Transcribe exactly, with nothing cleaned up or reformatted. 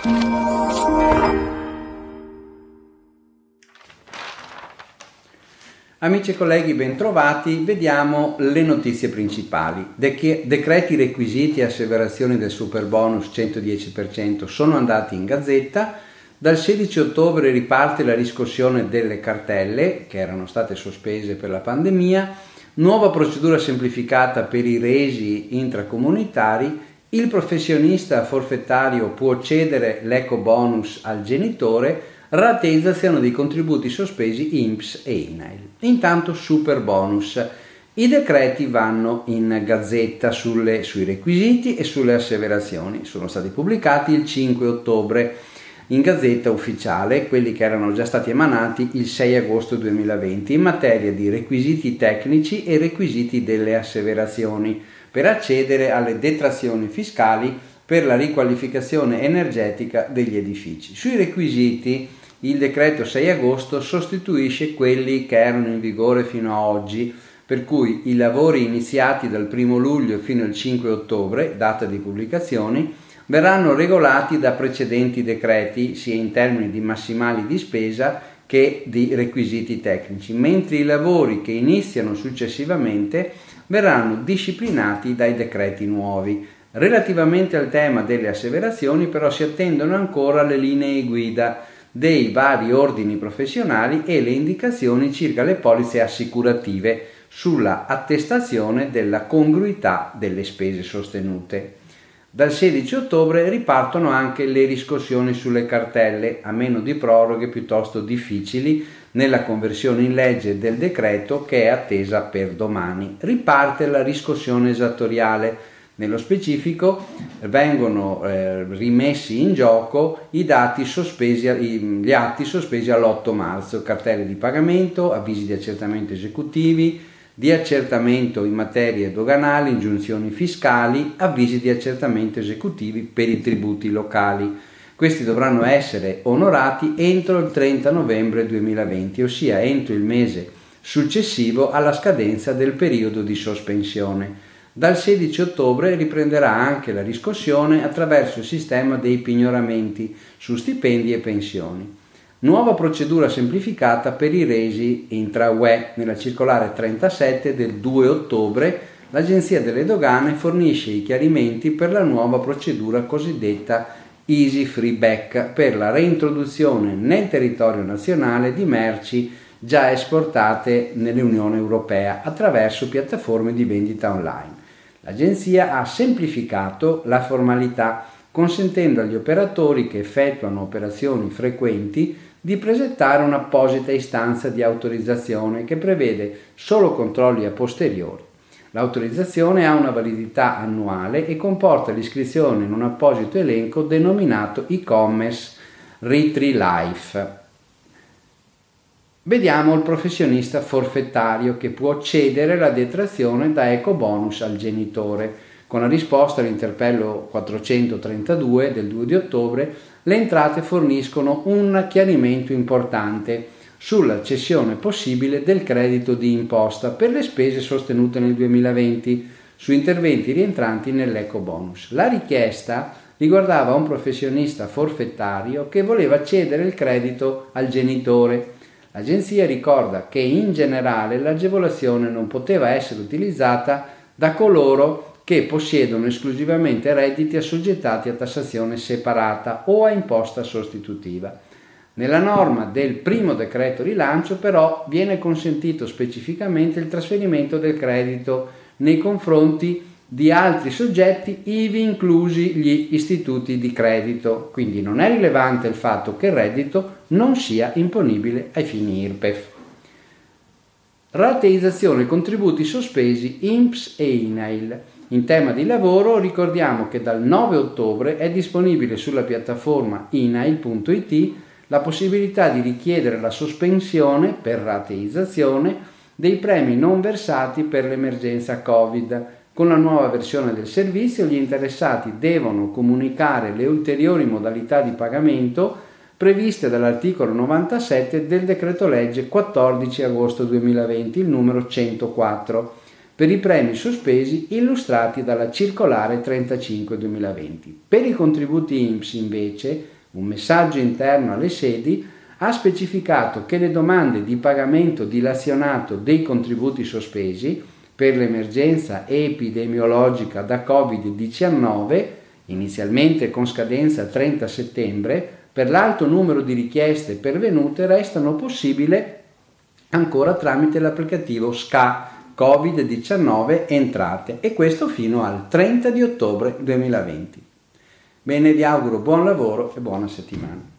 Amici e colleghi, bentrovati. Vediamo le notizie principali. De- decreti, requisiti e asseverazioni del superbonus centodieci per cento sono andati in Gazzetta. Dal sedici ottobre riparte la riscossione delle cartelle che erano state sospese per la pandemia. Nuova procedura semplificata per i resi intracomunitari. Il professionista forfettario può cedere l'ecobonus al genitore. Rateizzazione dei contributi sospesi I N P S e I N A I L. Intanto super bonus. I decreti vanno in Gazzetta sulle, sui requisiti e sulle asseverazioni. Sono stati pubblicati il cinque ottobre in Gazzetta Ufficiale, quelli che erano già stati emanati il sei agosto duemilaventi in materia di requisiti tecnici e requisiti delle asseverazioni per accedere alle detrazioni fiscali per la riqualificazione energetica degli edifici. Sui requisiti il decreto sei agosto sostituisce quelli che erano in vigore fino a oggi, per cui i lavori iniziati dal primo luglio fino al cinque ottobre, data di pubblicazione, verranno regolati da precedenti decreti, sia in termini di massimali di spesa che di requisiti tecnici, mentre i lavori che iniziano successivamente verranno disciplinati dai decreti nuovi. Relativamente al tema delle asseverazioni, però, si attendono ancora le linee guida dei vari ordini professionali e le indicazioni circa le polizze assicurative sulla attestazione della congruità delle spese sostenute. Dal sedici ottobre ripartono anche le riscossioni sulle cartelle, a meno di proroghe piuttosto difficili nella conversione in legge del decreto che è attesa per domani. Riparte la riscossione esattoriale. Nello specifico vengono eh, rimessi in gioco i dati sospesi, gli atti sospesi all'otto marzo, cartelle di pagamento, avvisi di accertamento esecutivi, di accertamento in materie doganali, ingiunzioni fiscali, avvisi di accertamento esecutivi per i tributi locali. Questi dovranno essere onorati entro il trenta novembre duemilaventi, ossia entro il mese successivo alla scadenza del periodo di sospensione. Dal sedici ottobre riprenderà anche la riscossione attraverso il sistema dei pignoramenti su stipendi e pensioni. Nuova procedura semplificata per i resi intra-U E. Nella circolare trentasette del due ottobre l'Agenzia delle Dogane fornisce i chiarimenti per la nuova procedura cosiddetta Easy Free Back per la reintroduzione nel territorio nazionale di merci già esportate nell'Unione Europea attraverso piattaforme di vendita online. L'Agenzia ha semplificato la formalità, consentendo agli operatori che effettuano operazioni frequenti di presentare un'apposita istanza di autorizzazione che prevede solo controlli a posteriori. L'autorizzazione ha una validità annuale e comporta l'iscrizione in un apposito elenco denominato e-commerce Ritri Life. Vediamo il professionista forfettario che può cedere la detrazione da ecobonus al genitore. Con la risposta all'interpello quattrocentotrentadue del due di ottobre, le entrate forniscono un chiarimento importante sulla cessione possibile del credito di imposta per le spese sostenute nel duemilaventi su interventi rientranti nell'ecobonus. La richiesta riguardava un professionista forfettario che voleva cedere il credito al genitore. L'Agenzia ricorda che in generale l'agevolazione non poteva essere utilizzata da coloro che possiedono esclusivamente redditi assoggettati a tassazione separata o a imposta sostitutiva. Nella norma del primo decreto rilancio però viene consentito specificamente il trasferimento del credito nei confronti di altri soggetti, ivi inclusi gli istituti di credito, quindi non è rilevante il fatto che il reddito non sia imponibile ai fini I R P E F. Rateizzazione contributi sospesi I N P S e I N A I L. In tema di lavoro ricordiamo che dal nove ottobre è disponibile sulla piattaforma I N A I L punto I T la possibilità di richiedere la sospensione per rateizzazione dei premi non versati per l'emergenza Covid. Con la nuova versione del servizio gli interessati devono comunicare le ulteriori modalità di pagamento previste dall'articolo novantasette del decreto legge quattordici agosto duemilaventi, il numero centoquattro, per i premi sospesi illustrati dalla circolare trentacinque duemilaventi. Per i contributi I N P S invece, un messaggio interno alle sedi ha specificato che le domande di pagamento dilazionato dei contributi sospesi per l'emergenza epidemiologica da covid diciannove, inizialmente con scadenza trenta settembre, per l'alto numero di richieste pervenute restano possibili ancora tramite l'applicativo S C A covid diciannove Entrate, e questo fino al trenta di ottobre duemilaventi. Bene, vi auguro buon lavoro e buona settimana.